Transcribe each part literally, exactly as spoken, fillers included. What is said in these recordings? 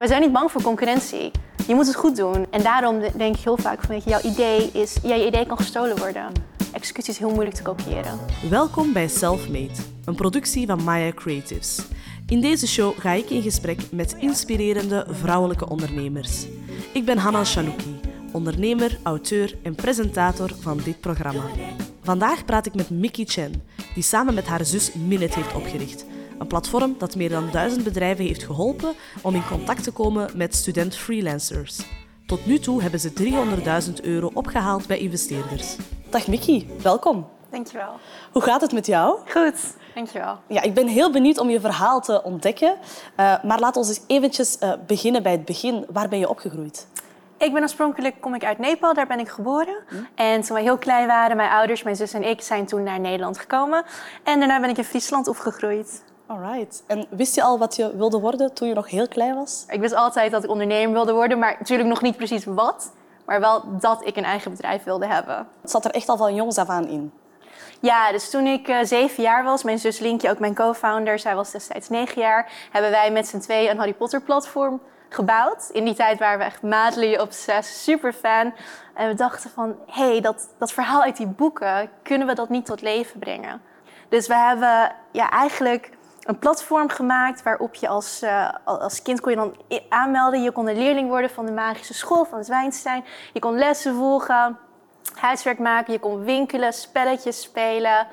We zijn niet bang voor concurrentie. Je moet het goed doen. En daarom denk ik heel vaak van, weet je, jouw idee is, ja, je idee kan gestolen worden. Executie is heel moeilijk te kopiëren. Welkom bij Selfmade, een productie van Maya Creatives. In deze show ga ik in gesprek met inspirerende vrouwelijke ondernemers. Ik ben Hanna Chalouki, ondernemer, auteur en presentator van dit programma. Vandaag praat ik met Mickey Chen, die samen met haar zus Minute heeft opgericht. Een platform dat meer dan duizend bedrijven heeft geholpen om in contact te komen met student-freelancers. Tot nu toe hebben ze driehonderdduizend euro opgehaald bij investeerders. Dag Mickey, welkom. Dankjewel. Hoe gaat het met jou? Goed, dankjewel. Ja, ik ben heel benieuwd om je verhaal te ontdekken. Uh, maar laat ons eens eventjes uh, beginnen bij het begin. Waar ben je opgegroeid? Ik ben oorspronkelijk kom ik uit Nepal, daar ben ik geboren. Hm. En toen we heel klein waren, mijn ouders, mijn zus en ik zijn toen naar Nederland gekomen. En daarna ben ik in Friesland opgegroeid. Alright. En wist je al wat je wilde worden toen je nog heel klein was? Ik wist altijd dat ik ondernemer wilde worden, maar natuurlijk nog niet precies wat. Maar wel dat ik een eigen bedrijf wilde hebben. Het zat er echt al van jongs af aan in? Ja, dus toen ik uh, zeven jaar was, mijn zus Linkje, ook mijn co-founder, zij was destijds negen jaar, hebben wij met z'n tweeën een Harry Potter platform gebouwd. In die tijd waren we echt madly obsessed, super fan. En we dachten van, hé, hey, dat, dat verhaal uit die boeken, kunnen we dat niet tot leven brengen? Dus we hebben ja, eigenlijk een platform gemaakt waarop je als, uh, als kind kon je dan aanmelden. Je kon een leerling worden van de magische school van Zwijnstein. Je kon lessen volgen, huiswerk maken, je kon winkelen, spelletjes spelen.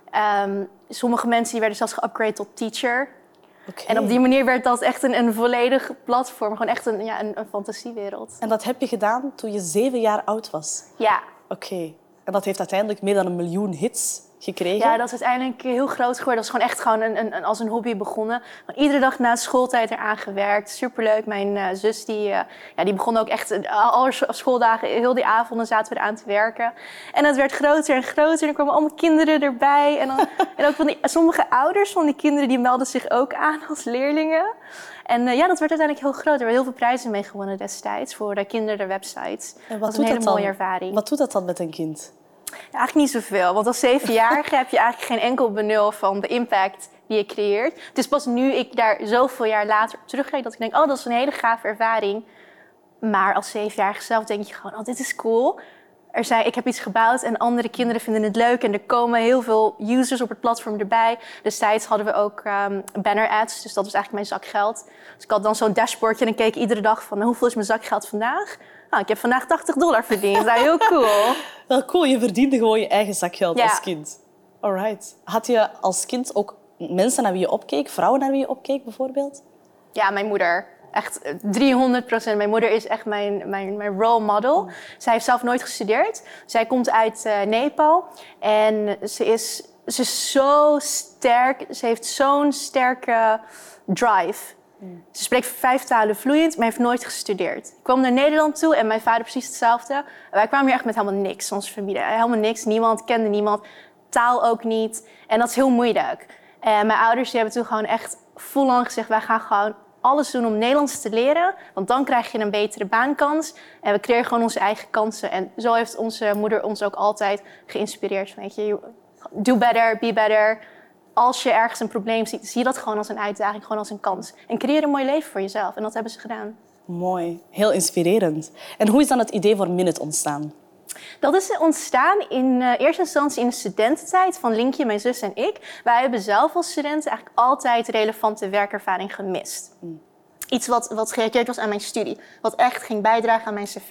Um, sommige mensen die werden zelfs geupgrade tot teacher. Okay. En op die manier werd dat echt een, een volledig platform. Gewoon echt een, ja, een, een fantasiewereld. En dat heb je gedaan toen je zeven jaar oud was? Ja. Oké. Okay. En dat heeft uiteindelijk meer dan een miljoen hits gekregen? Ja, dat is uiteindelijk heel groot geworden. Dat is gewoon echt gewoon een, een, een, als een hobby begonnen. Gewoon iedere dag na schooltijd eraan gewerkt. Superleuk. Mijn uh, zus die, uh, ja, die begon ook echt... Uh, alle schooldagen, heel die avonden zaten we eraan te werken. En het werd groter en groter. En er kwamen allemaal kinderen erbij. En, dan, en ook van die, sommige ouders van die kinderen die melden zich ook aan als leerlingen. En uh, ja, dat werd uiteindelijk heel groot. Er werden heel veel prijzen mee gewonnen destijds voor de kinderwebsites. En wat dat was een hele mooie ervaring. Wat doet dat dan met een kind? Ja, eigenlijk niet zoveel, want als zevenjarige heb je eigenlijk geen enkel benul van de impact die je creëert. Het is pas nu ik daar zoveel jaar later op terugkijk dat ik denk, oh, dat is een hele gave ervaring. Maar als zevenjarige zelf denk je gewoon, oh, dit is cool. Er zijn, ik heb iets gebouwd en andere kinderen vinden het leuk en er komen heel veel users op het platform erbij. Destijds hadden we ook um, banner ads, dus dat was eigenlijk mijn zakgeld. Dus ik had dan zo'n dashboardje en dan keek ik iedere dag van, hoeveel is mijn zakgeld vandaag? Nou, ik heb vandaag tachtig dollar verdiend. Dat is heel cool. Wel cool, je verdiende gewoon je eigen zakgeld ja. als kind. Alright. Had je als kind ook mensen naar wie je opkeek, vrouwen naar wie je opkeek bijvoorbeeld? Ja, mijn moeder. Echt driehonderd procent. Mijn moeder is echt mijn, mijn, mijn role model. Mm. Zij heeft zelf nooit gestudeerd. Zij komt uit uh, Nepal. En ze is, ze is zo sterk. Ze heeft zo'n sterke drive. Mm. Ze spreekt vijf talen vloeiend, maar heeft nooit gestudeerd. Ik kwam naar Nederland toe en mijn vader precies hetzelfde. Wij kwamen hier echt met helemaal niks, onze familie. Helemaal niks, niemand kende niemand. Taal ook niet. En dat is heel moeilijk. En mijn ouders die hebben toen gewoon echt volle gezegd, wij gaan gewoon alles doen om Nederlands te leren. Want dan krijg je een betere baankans. En we creëren gewoon onze eigen kansen. En zo heeft onze moeder ons ook altijd geïnspireerd. Weet je, do better, be better. Als je ergens een probleem ziet, zie je dat gewoon als een uitdaging, gewoon als een kans. En creëer een mooi leven voor jezelf. En dat hebben ze gedaan. Mooi, heel inspirerend. En hoe is dan het idee voor Minute ontstaan? Dat is ontstaan in uh, eerste instantie in de studententijd van Linkje, mijn zus en ik. Wij hebben zelf als studenten eigenlijk altijd relevante werkervaring gemist. Mm. Iets wat, wat gerelateerd was aan mijn studie. Wat echt ging bijdragen aan mijn cv.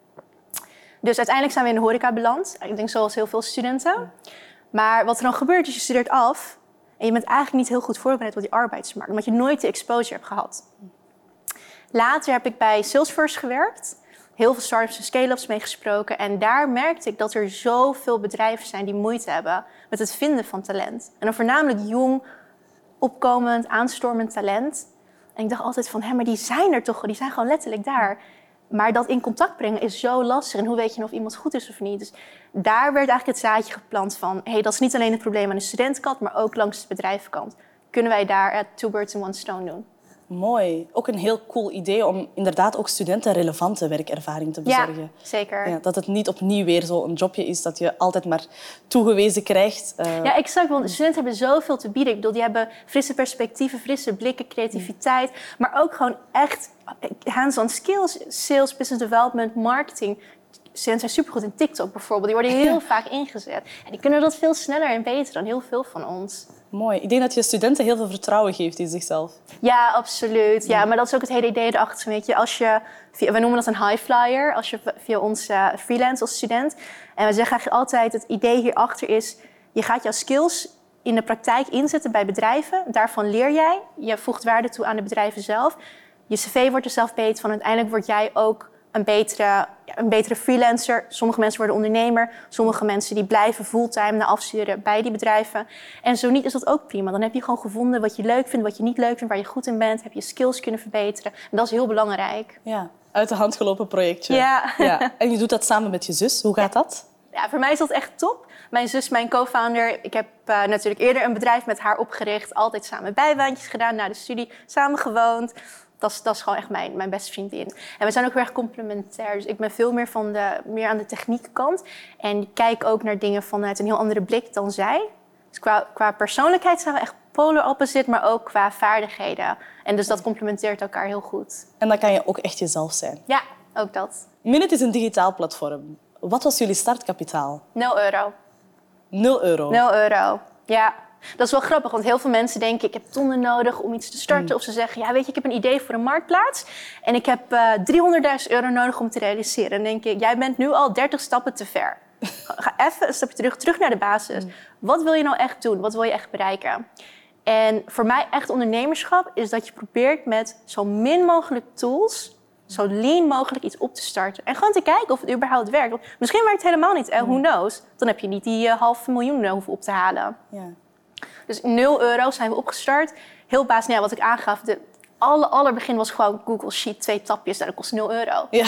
Dus uiteindelijk zijn we in de horeca beland. Ik denk zoals heel veel studenten. Mm. Maar wat er dan gebeurt is, je studeert af. En je bent eigenlijk niet heel goed voorbereid op die arbeidsmarkt. Omdat je nooit de exposure hebt gehad. Later heb ik bij Salesforce gewerkt. Heel veel start-ups en scale-ups meegesproken. En daar merkte ik dat er zoveel bedrijven zijn die moeite hebben met het vinden van talent. En dan voornamelijk jong, opkomend, aanstormend talent. En ik dacht altijd van, hé, maar die zijn er toch, die zijn gewoon letterlijk daar. Maar dat in contact brengen is zo lastig. En hoe weet je nou of iemand goed is of niet? Dus daar werd eigenlijk het zaadje geplant van, hé, hey, dat is niet alleen het probleem aan de studentenkant, maar ook langs de bedrijvenkant. Kunnen wij daar uh, two birds in one stone doen? Mooi. Ook een heel cool idee om inderdaad ook studenten relevante werkervaring te bezorgen. Ja, zeker. Ja, dat het niet opnieuw weer zo'n jobje is dat je altijd maar toegewezen krijgt. Uh... Ja, exact. Want studenten hebben zoveel te bieden. Ik bedoel, die hebben frisse perspectieven, frisse blikken, creativiteit. Mm. Maar ook gewoon echt hands-on skills. Sales, business development, marketing. Studenten zijn supergoed in TikTok bijvoorbeeld. Die worden heel vaak ingezet. En die kunnen dat veel sneller en beter dan heel veel van ons. Mooi. Ik denk dat je studenten heel veel vertrouwen geeft in zichzelf. Ja, absoluut. Ja, maar dat is ook het hele idee erachter. Weet je, als je, we noemen dat een high flyer. Als je via ons uh, freelance als student. En we zeggen eigenlijk altijd, het idee hierachter is, je gaat jouw skills in de praktijk inzetten bij bedrijven. Daarvan leer jij. Je voegt waarde toe aan de bedrijven zelf. Je cv wordt er zelf beter van. Uiteindelijk word jij ook een betere, ja, een betere freelancer. Sommige mensen worden ondernemer. Sommige mensen die blijven fulltime na afstuderen bij die bedrijven. En zo niet is dat ook prima. Dan heb je gewoon gevonden wat je leuk vindt, wat je niet leuk vindt, waar je goed in bent. Heb je skills kunnen verbeteren. En dat is heel belangrijk. Ja, uit de hand gelopen projectje. Ja. Ja. En je doet dat samen met je zus. Hoe gaat dat? Ja, voor mij is dat echt top. Mijn zus, mijn co-founder. Ik heb uh, natuurlijk eerder een bedrijf met haar opgericht. Altijd samen bijbaantjes gedaan na de studie. Samen gewoond. Dat is, dat is gewoon echt mijn, mijn beste vriendin. En we zijn ook heel erg complementair. Dus ik ben veel meer, van de, meer aan de techniekkant. En ik kijk ook naar dingen vanuit een heel andere blik dan zij. Dus qua, qua persoonlijkheid zijn we echt polar opposite, maar ook qua vaardigheden. En dus dat complementeert elkaar heel goed. En dan kan je ook echt jezelf zijn. Ja, ook dat. Minute is een digitaal platform. Wat was jullie startkapitaal? Nul euro. Nul euro? Nul euro, ja. Dat is wel grappig, want heel veel mensen denken, ik heb tonnen nodig om iets te starten. Mm. Of ze zeggen, ja, weet je, ik heb een idee voor een marktplaats. En ik heb uh, driehonderdduizend euro nodig om te realiseren. Dan denk ik, jij bent nu al dertig stappen te ver. Ga even een stapje terug, terug naar de basis. Mm. Wat wil je nou echt doen? Wat wil je echt bereiken? En voor mij echt ondernemerschap is dat je probeert met zo min mogelijk tools, zo lean mogelijk iets op te starten. En gewoon te kijken of het überhaupt werkt. Want misschien werkt het helemaal niet. En who knows? Dan heb je niet die uh, half miljoen hoeven op te halen. Ja. Dus nul euro zijn we opgestart. Heel baas, nou ja, wat ik aangaf, de alle, allerbegin was gewoon Google Sheet, twee tapjes. Nou, dat kost nul euro. Ja.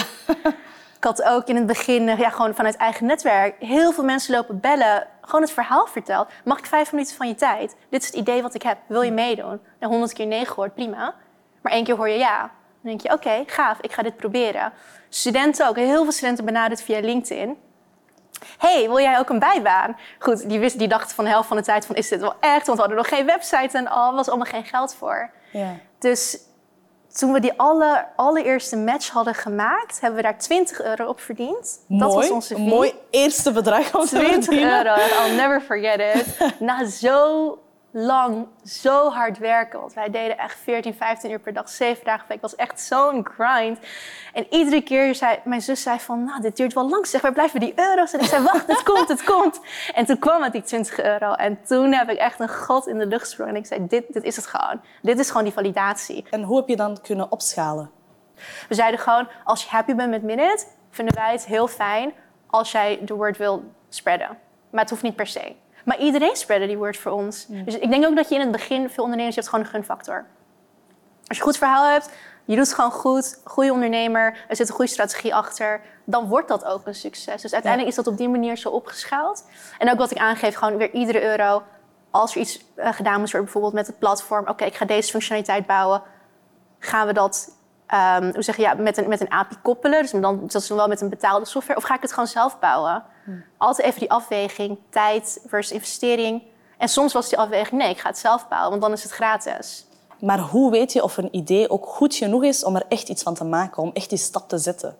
Ik had ook in het begin, ja, gewoon vanuit eigen netwerk, heel veel mensen lopen bellen, gewoon het verhaal verteld. Mag ik vijf minuten van je tijd? Dit is het idee wat ik heb. Wil je meedoen? Nou, honderd keer nee gehoord, prima. Maar één keer hoor je ja. Dan denk je, oké, okay, gaaf, ik ga dit proberen. Studenten ook. Heel veel studenten benaderd via LinkedIn. Hey, wil jij ook een bijbaan? Goed, die, wist, die dachten van de helft van de tijd van, is dit wel echt? Want we hadden nog geen website en al, was allemaal geen geld voor. Ja. Dus toen we die aller, allereerste match hadden gemaakt, hebben we daar twintig euro op verdiend. Mooi, dat was onze fee. Een mooi eerste bedrag om te verdienen. twintig euro, I'll never forget it. Na zo lang, zo hard werken. Want wij deden echt veertien, vijftien uur per dag, zeven dagen per week. Het was echt zo'n grind. En iedere keer zei mijn zus zei van, nou, dit duurt wel lang. Zeg, waar blijven die euro's? En ik zei, wacht, het komt, het komt. En toen kwam het, die twintig euro. En toen heb ik echt een gat in de lucht gesprongen. En ik zei, dit, dit is het gewoon. Dit is gewoon die validatie. En hoe heb je dan kunnen opschalen? We zeiden gewoon, als je happy bent met Minute, vinden wij het heel fijn als jij de word wil spreaden. Maar het hoeft niet per se. Maar iedereen spreadde die word voor ons. Mm. Dus ik denk ook dat je in het begin, veel ondernemers, je hebt gewoon een gunfactor. Als je een goed verhaal hebt, je doet het gewoon goed, goede ondernemer, er zit een goede strategie achter, dan wordt dat ook een succes. Dus uiteindelijk ja. is dat op die manier zo opgeschaald. En ook wat ik aangeef, gewoon weer iedere euro, als er iets uh, gedaan moet worden, bijvoorbeeld met het platform, oké, okay, ik ga deze functionaliteit bouwen, gaan we dat um, hoe zeg je, ja, met, een, met een A P I koppelen, dus dan, dat is dan wel met een betaalde software, of ga ik het gewoon zelf bouwen? Hmm. Altijd even die afweging, tijd versus investering. En soms was die afweging, nee, ik ga het zelf bouwen, want dan is het gratis. Maar hoe weet je of een idee ook goed genoeg is om er echt iets van te maken, om echt die stap te zetten?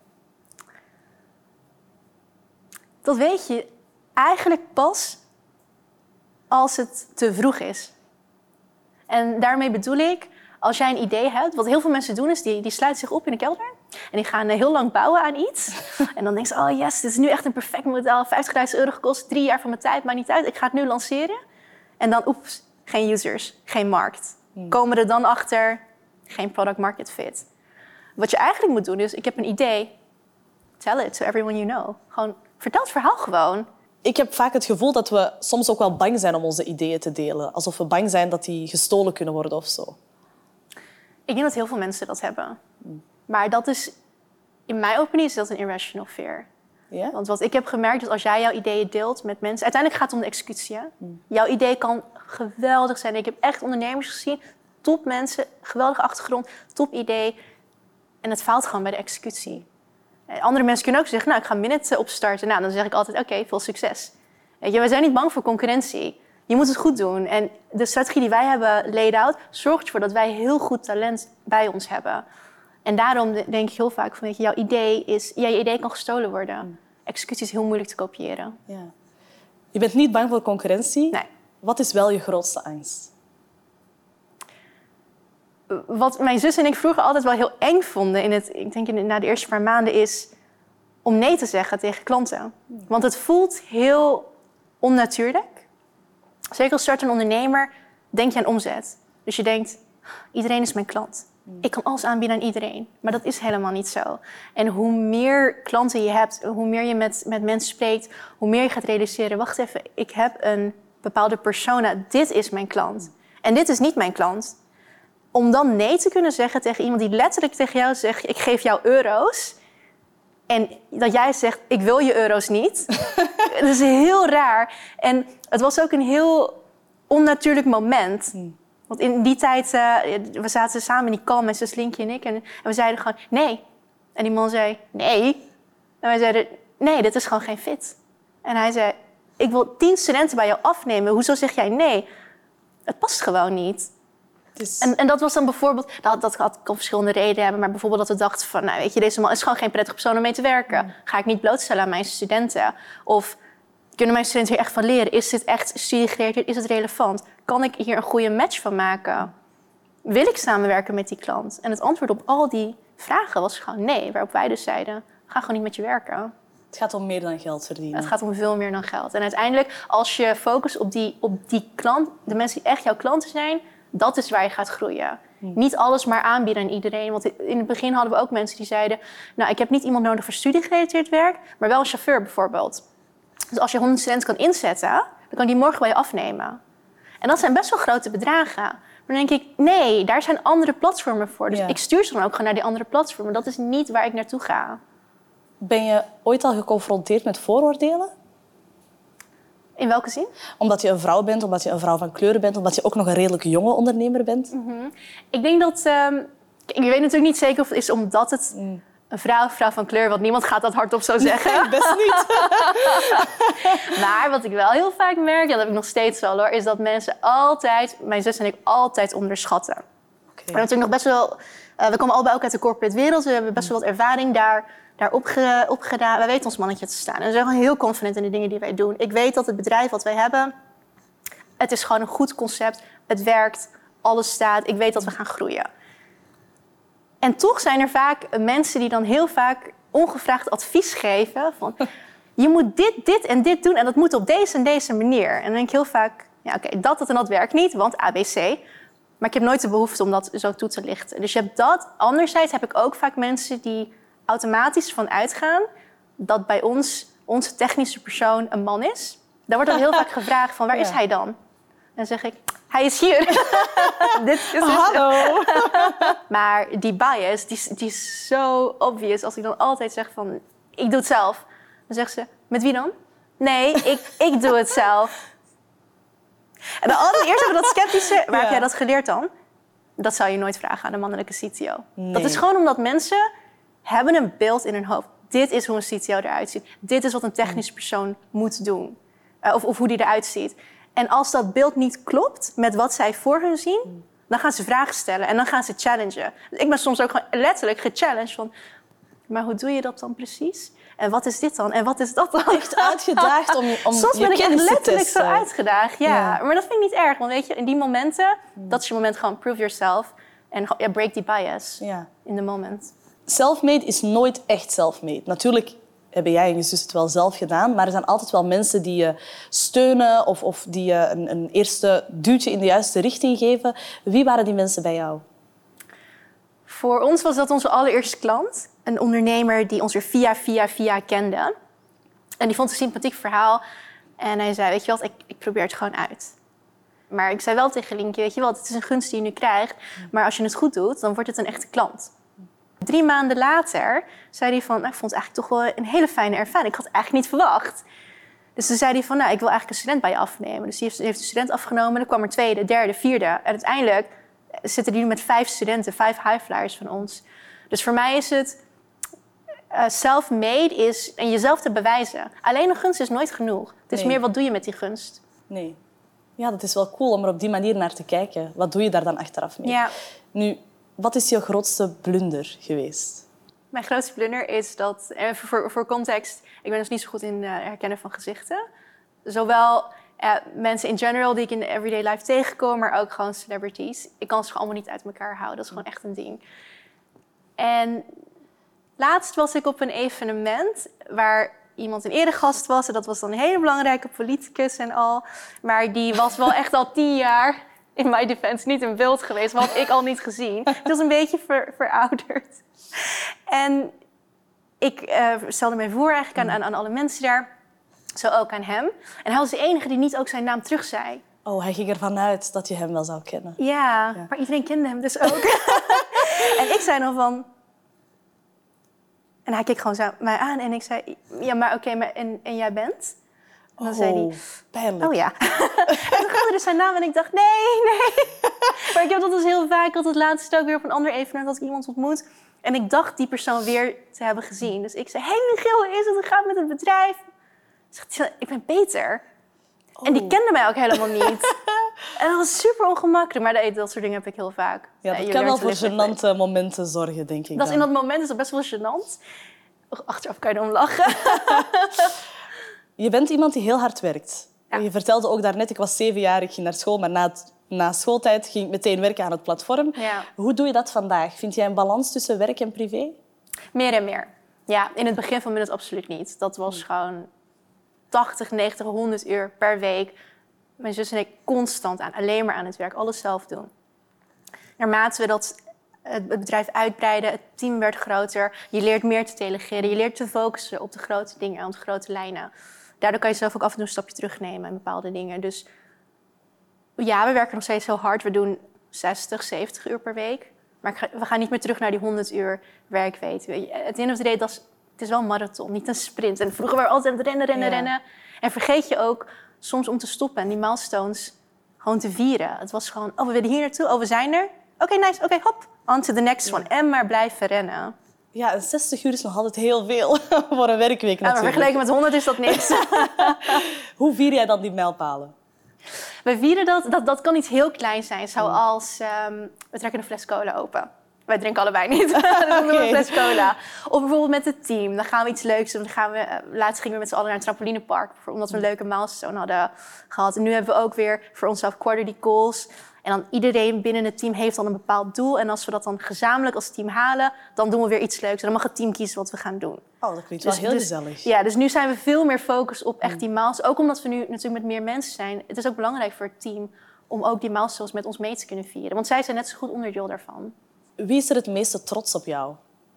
Dat weet je eigenlijk pas als het te vroeg is. En daarmee bedoel ik, als jij een idee hebt, wat heel veel mensen doen is, die, die sluiten zich op in de kelder. En die gaan heel lang bouwen aan iets. En dan denken ze, oh yes, dit is nu echt een perfect model. vijftigduizend euro gekost, drie jaar van mijn tijd, maakt niet uit. Ik ga het nu lanceren. En dan, oeps, geen users, geen markt. Hmm. Komen er dan achter, geen product market fit. Wat je eigenlijk moet doen is, ik heb een idee. Tell it to everyone you know. Gewoon, vertel het verhaal gewoon. Ik heb vaak het gevoel dat we soms ook wel bang zijn om onze ideeën te delen. Alsof we bang zijn dat die gestolen kunnen worden of zo. Ik denk dat heel veel mensen dat hebben. Hmm. Maar dat is, in mijn opinie is dat een irrational fear. Yeah? Want wat ik heb gemerkt is, als jij jouw ideeën deelt met mensen, uiteindelijk gaat het om de executie. Hmm. Jouw idee kan geweldig zijn. Ik heb echt ondernemers gezien, top mensen, geweldige achtergrond, top idee. En het faalt gewoon bij de executie. Andere mensen kunnen ook zeggen, nou, ik ga Minute opstarten. Nou, dan zeg ik altijd, oké, okay, veel succes. Weet je, we zijn niet bang voor concurrentie. Je moet het goed doen. En de strategie die wij hebben laid out, zorgt ervoor dat wij heel goed talent bij ons hebben. En daarom denk ik heel vaak van, weet je, jouw idee is, ja, je idee kan gestolen worden. Executie is heel moeilijk te kopiëren. Ja. Je bent niet bang voor concurrentie. Nee. Wat is wel je grootste angst? Wat mijn zus en ik vroeger altijd wel heel eng vonden, in het, ik denk in, na de eerste paar maanden, is om nee te zeggen tegen klanten. Want het voelt heel onnatuurlijk. Zeker als startende ondernemer denk je aan omzet. Dus je denkt, iedereen is mijn klant. Ik kan alles aanbieden aan iedereen. Maar dat is helemaal niet zo. En hoe meer klanten je hebt, hoe meer je met, met mensen spreekt, hoe meer je gaat realiseren, wacht even, ik heb een bepaalde persona. Dit is mijn klant. En dit is niet mijn klant. Om dan nee te kunnen zeggen tegen iemand die letterlijk tegen jou zegt, ik geef jou euro's. En dat jij zegt, ik wil je euro's niet. Dat is heel raar. En het was ook een heel onnatuurlijk moment. Hmm. Want in die tijd, uh, we zaten samen in die call met zus Linkje en ik. En, en we zeiden gewoon, nee. En die man zei, nee. En wij zeiden, nee, dit is gewoon geen fit. En hij zei, ik wil tien studenten bij jou afnemen. Hoezo zeg jij nee? Het past gewoon niet. Dus... En, en dat was dan bijvoorbeeld, dat, dat had, kon verschillende redenen hebben, maar bijvoorbeeld dat we dachten van, nou weet je, deze man is gewoon geen prettige persoon om mee te werken. Mm. Ga ik niet blootstellen aan mijn studenten? Of kunnen mijn studenten hier echt van leren? Is dit echt studiegerelateerd? Is het relevant? Kan ik hier een goede match van maken? Wil ik samenwerken met die klant? En het antwoord op al die vragen was gewoon nee, waarop wij dus zeiden, ga gewoon niet met je werken. Het gaat om meer dan geld verdienen. Het gaat om veel meer dan geld. En uiteindelijk, als je focust op die, op die klant, de mensen die echt jouw klanten zijn, dat is waar je gaat groeien. Hmm. Niet alles maar aanbieden aan iedereen. Want in het begin hadden we ook mensen die zeiden, nou, ik heb niet iemand nodig voor studiegerelateerd werk, maar wel een chauffeur bijvoorbeeld. Dus als je honderd studenten kan inzetten, dan kan die morgen bij je afnemen. En dat zijn best wel grote bedragen. Maar dan denk ik, nee, daar zijn andere platformen voor. Dus ja. ik stuur ze dan ook gewoon naar die andere platformen. Dat is niet waar ik naartoe ga. Ben je ooit al geconfronteerd met vooroordelen? In welke zin? Omdat je een vrouw bent, omdat je een vrouw van kleur bent, omdat je ook nog een redelijk jonge ondernemer bent. Mm-hmm. Ik denk dat... Um, ik weet natuurlijk niet zeker of het is omdat het mm. een vrouw, vrouw van kleur... want niemand gaat dat hardop zo zeggen. Nee, best niet. Maar wat ik wel heel vaak merk, en dat heb ik nog steeds wel hoor... is dat mensen altijd, mijn zus en ik, altijd onderschatten. Okay. We hebben natuurlijk nog best wel... Uh, we komen allebei ook uit de corporate wereld. We hebben best wel wat ervaring daar... daar opge, opgedaan. Wij weten ons mannetje te staan. En we zijn gewoon heel confident in de dingen die wij doen. Ik weet dat het bedrijf wat wij hebben, het is gewoon een goed concept. Het werkt, alles staat. Ik weet dat we gaan groeien. En toch zijn er vaak mensen die dan heel vaak ongevraagd advies geven. Van, je moet dit, dit en dit doen en dat moet op deze en deze manier. En dan denk ik heel vaak, ja, oké, okay, dat, dat en dat werkt niet, want A B C. Maar ik heb nooit de behoefte om dat zo toe te lichten. Dus je hebt dat. Anderzijds heb ik ook vaak mensen die automatisch van uitgaan dat bij ons, onze technische persoon, een man is. Daar wordt dan heel vaak gevraagd van, waar ja. is hij dan? En dan zeg ik, hij is hier. Dit is het. Hallo. Maar die bias, die, die is zo obvious. Als ik dan altijd zeg van, ik doe het zelf. Dan zegt ze, met wie dan? Nee, ik, ik doe het zelf. En dan altijd eerst even dat sceptische, waar ja. heb jij dat geleerd dan? Dat zou je nooit vragen aan een mannelijke C T O. Nee. Dat is gewoon omdat mensen hebben een beeld in hun hoofd. Dit is hoe een C T O eruit ziet. Dit is wat een technische persoon moet doen. Uh, of, of hoe die eruit ziet. En als dat beeld niet klopt met wat zij voor hun zien, dan gaan ze vragen stellen en dan gaan ze challengen. Ik ben soms ook gewoon letterlijk gechallenged van, maar hoe doe je dat dan precies? En wat is dit dan? En wat is dat dan? Echt uitgedaagd om, om soms je ben ik echt letterlijk testen. zo uitgedaagd. Ja. ja, maar dat vind ik niet erg. Want weet je, in die momenten, dat is je moment gewoon prove yourself. En ja, break die bias ja. in the moment. Self-made is nooit echt self-made. Natuurlijk hebben jij en je zus het wel zelf gedaan, maar er zijn altijd wel mensen die je steunen of, of die je een, een eerste duwtje in de juiste richting geven. Wie waren die mensen bij jou? Voor ons was dat onze allereerste klant. Een ondernemer die ons er via, via, via kende. En die vond het een sympathiek verhaal. En hij zei, weet je wat, ik, ik probeer het gewoon uit. Maar ik zei wel tegen Linkje, weet je wat, het is een gunst die je nu krijgt. Maar als je het goed doet, dan wordt het een echte klant. Drie maanden later zei hij van, nou, ik vond het eigenlijk toch wel een hele fijne ervaring. Ik had het eigenlijk niet verwacht. Dus toen zei hij van, nou, ik wil eigenlijk een student bij je afnemen. Dus hij heeft, heeft een student afgenomen. Dan kwam er tweede, derde, vierde. En uiteindelijk zitten die nu met vijf studenten, vijf highflyers van ons. Dus voor mij is het uh, self-made is en jezelf te bewijzen. Alleen een gunst is nooit genoeg. Het is Nee. meer wat doe je met die gunst. Nee. Ja, dat is wel cool om er op die manier naar te kijken. Wat doe je daar dan achteraf mee? Ja. Nu, wat is je grootste blunder geweest? Mijn grootste blunder is dat, en voor, voor context, ik ben dus niet zo goed in uh, herkennen van gezichten. Zowel uh, mensen in general die ik in de everyday life tegenkom, maar ook gewoon celebrities. Ik kan ze allemaal niet uit elkaar houden, dat is gewoon echt een ding. En laatst was ik op een evenement waar iemand een eregast was. En dat was dan een hele belangrijke politicus en al. Maar die was wel echt al tien jaar in my defense niet in beeld geweest. Wat had ik al niet gezien. Het was een beetje ver, verouderd. En ik uh, stelde mij voor eigenlijk aan, aan, aan alle mensen daar. Zo ook aan hem. En hij was de enige die niet ook zijn naam terug zei. Oh, hij ging ervan uit dat je hem wel zou kennen. Ja, Ja. maar iedereen kende hem dus ook. En ik zei dan van... En hij keek gewoon zo mij aan en ik zei... Ja, maar oké, maar en, en jij bent? En dan Oh, zei hij... pijnlijk. Oh ja. En toen gaf hij dus zijn naam en ik dacht, nee, nee. Maar ik heb dat dus heel vaak. Ik had het laatst ook weer op een ander evenement dat ik iemand ontmoet. En ik dacht die persoon weer te hebben gezien. Dus ik zei, hé hey, Michiel, hoe is het? Hoe gaat het met het bedrijf? Zegt hij, ik ben Peter. Oh. En die kende mij ook helemaal niet. En dat was super ongemakkelijk. Maar dat, dat soort dingen heb ik heel vaak. Ja, Nee, dat you kan wel learn to voor live with it. gênante momenten zorgen, denk ik Dat is dan. in dat moment is dat best wel gênant. Achteraf kan je erom lachen. Je bent iemand die heel hard werkt. Ja. Je vertelde ook daarnet, ik was zeven jaar, ik ging naar school, maar na, het, na schooltijd ging ik meteen werken aan het platform. Ja. Hoe doe je dat vandaag? Vind jij een balans tussen werk en privé? Meer en meer. Ja, in het begin van me het absoluut niet. Dat was gewoon tachtig, negentig, honderd uur per week. Mijn zus en ik constant aan, alleen maar aan het werk, alles zelf doen. Naarmate we dat, het bedrijf uitbreiden, het team werd groter. Je leert meer te delegeren, je leert te focussen op de grote dingen, op de grote lijnen. Daardoor kan je zelf ook af en toe een stapje terugnemen in bepaalde dingen. Dus ja, we werken nog steeds heel hard. We doen zestig, zeventig uur per week. Maar ik ga- we gaan niet meer terug naar die honderd uur werkweek. Het end of the day, dat is, het is wel een marathon, niet een sprint. En vroeger waren we altijd aan het rennen, rennen, Ja. rennen. En vergeet je ook soms om te stoppen en die milestones gewoon te vieren. Het was gewoon, oh, we willen hier naartoe, oh, we zijn er. Oké, nice, oké, hop, on to the next one. En maar blijven rennen. Ja, en zestig uur is nog altijd heel veel voor een werkweek Ja, maar natuurlijk. vergeleken met honderd is dat niks. Hoe vier jij dan die mijlpalen? We vieren dat, dat, dat kan iets heel kleins zijn, zoals um, we trekken een fles cola open. Wij drinken allebei niet, dus we doen Oké. een fles cola. Of bijvoorbeeld met het team, dan gaan we iets leuks doen. Dan gaan we, uh, laatst gingen we met z'n allen naar een trampolinepark, omdat we een leuke milestone hadden gehad. En nu hebben we ook weer voor onszelf quarterly goals. En dan iedereen binnen het team heeft dan een bepaald doel. En als we dat dan gezamenlijk als team halen, dan doen we weer iets leuks. En dan mag het team kiezen wat we gaan doen. Oh, dat klinkt wel heel gezellig. Ja, dus nu zijn we veel meer gefocust op echt die milestones. Ook omdat we nu natuurlijk met meer mensen zijn. Het is ook belangrijk voor het team om ook die milestones met ons mee te kunnen vieren. Want zij zijn net zo goed onderdeel daarvan. Wie is er het meeste trots op jou?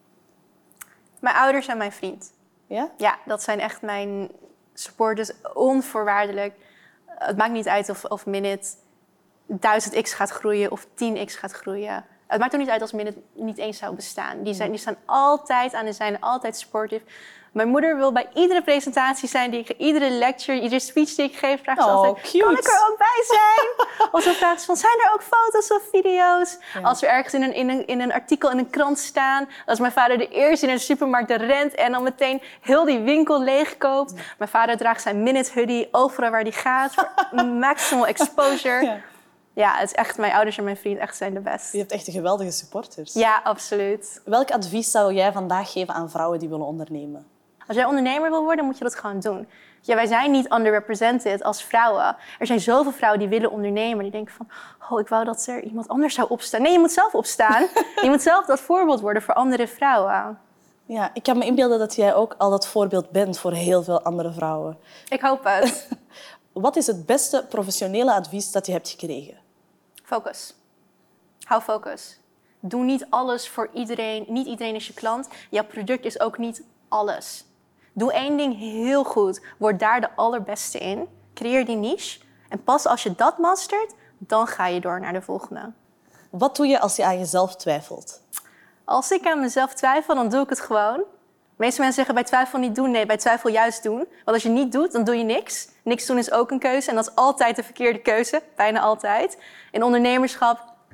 Mijn ouders en mijn vriend. Ja? Ja, dat zijn echt mijn supporters, onvoorwaardelijk. Het maakt niet uit of, of Minute duizend x gaat groeien of tien x gaat groeien. Het maakt ook niet uit als Minute niet eens zou bestaan. Die, zijn, die staan altijd aan en zijn altijd supportive. Mijn moeder wil bij iedere presentatie zijn die ik geef, iedere lecture, iedere speech die ik geef, vraagt ze Oh, altijd, cute. kan ik er ook bij zijn? Of ze vraagt ze van, zijn er ook foto's of video's? Ja. Als we ergens in een, in, een, in een artikel in een krant staan, als mijn vader de eerste in een supermarkt rent en dan meteen heel die winkel leegkoopt. Ja. Mijn vader draagt zijn Minute hoodie overal waar hij gaat, voor maximal exposure. Ja. Ja, het is echt, mijn ouders en mijn vriend echt zijn de best. Je hebt echt een geweldige supporters. Ja, absoluut. Welk advies zou jij vandaag geven aan vrouwen die willen ondernemen? Als jij ondernemer wil worden, moet je dat gewoon doen. Ja, wij zijn niet underrepresented als vrouwen. Er zijn zoveel vrouwen die willen ondernemen. Die denken van, oh, ik wou dat er iemand anders zou opstaan. Nee, je moet zelf opstaan. Je moet zelf dat voorbeeld worden voor andere vrouwen. Ja, ik kan me inbeelden dat jij ook al dat voorbeeld bent voor heel veel andere vrouwen. Ik hoop het. Wat is het beste professionele advies dat je hebt gekregen? Focus. Hou focus. Doe niet alles voor iedereen. Niet iedereen is je klant. Jouw product is ook niet alles. Doe één ding heel goed. Word daar de allerbeste in. Creëer die niche. En pas als je dat mastert, dan ga je door naar de volgende. Wat doe je als je aan jezelf twijfelt? Als ik aan mezelf twijfel, dan doe ik het gewoon. De meeste mensen zeggen bij twijfel niet doen. Nee, bij twijfel juist doen. Want als je niet doet, dan doe je niks. Niks doen is ook een keuze. En dat is altijd de verkeerde keuze. Bijna altijd. In ondernemerschap,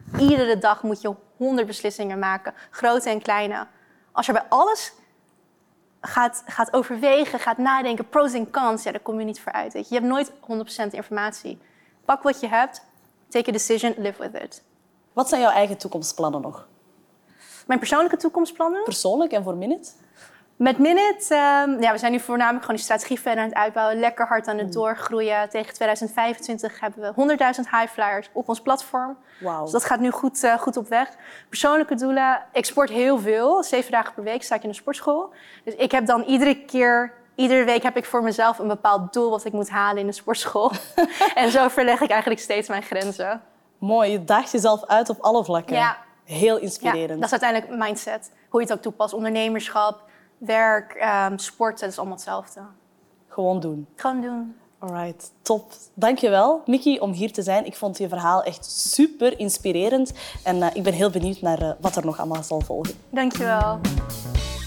Iedere dag moet je honderd beslissingen maken, grote en kleine. Als je bij alles gaat, gaat overwegen, gaat nadenken, pros en cons, ja, daar kom je niet voor uit. Weet je. je hebt nooit honderd procent informatie. Pak wat je hebt, take a decision, live with it. Wat zijn jouw eigen toekomstplannen nog? Mijn persoonlijke toekomstplannen? Persoonlijk en voor Minute? Met Minute, um, ja, we zijn nu voornamelijk gewoon die strategie verder aan het uitbouwen. Lekker hard aan het mm. doorgroeien. Tegen tweeduizend vijfentwintig hebben we honderdduizend highflyers op ons platform. Wow. Dus dat gaat nu goed, uh, goed op weg. Persoonlijke doelen, ik sport heel veel. Zeven dagen per week sta ik in de sportschool. Dus ik heb dan iedere keer, iedere week heb ik voor mezelf een bepaald doel wat ik moet halen in de sportschool. En zo verleg ik eigenlijk steeds mijn grenzen. Mooi, je daagt jezelf uit op alle vlakken. Ja. Heel inspirerend. Ja, dat is uiteindelijk mindset. Hoe je het ook toepast. Ondernemerschap, werk, um, sporten, dat is allemaal hetzelfde. Gewoon doen. Gewoon doen. Alright, top. Dankjewel, Mickey, om hier te zijn. Ik vond je verhaal echt super inspirerend. En uh, ik ben heel benieuwd naar uh, wat er nog allemaal zal volgen. Dankjewel.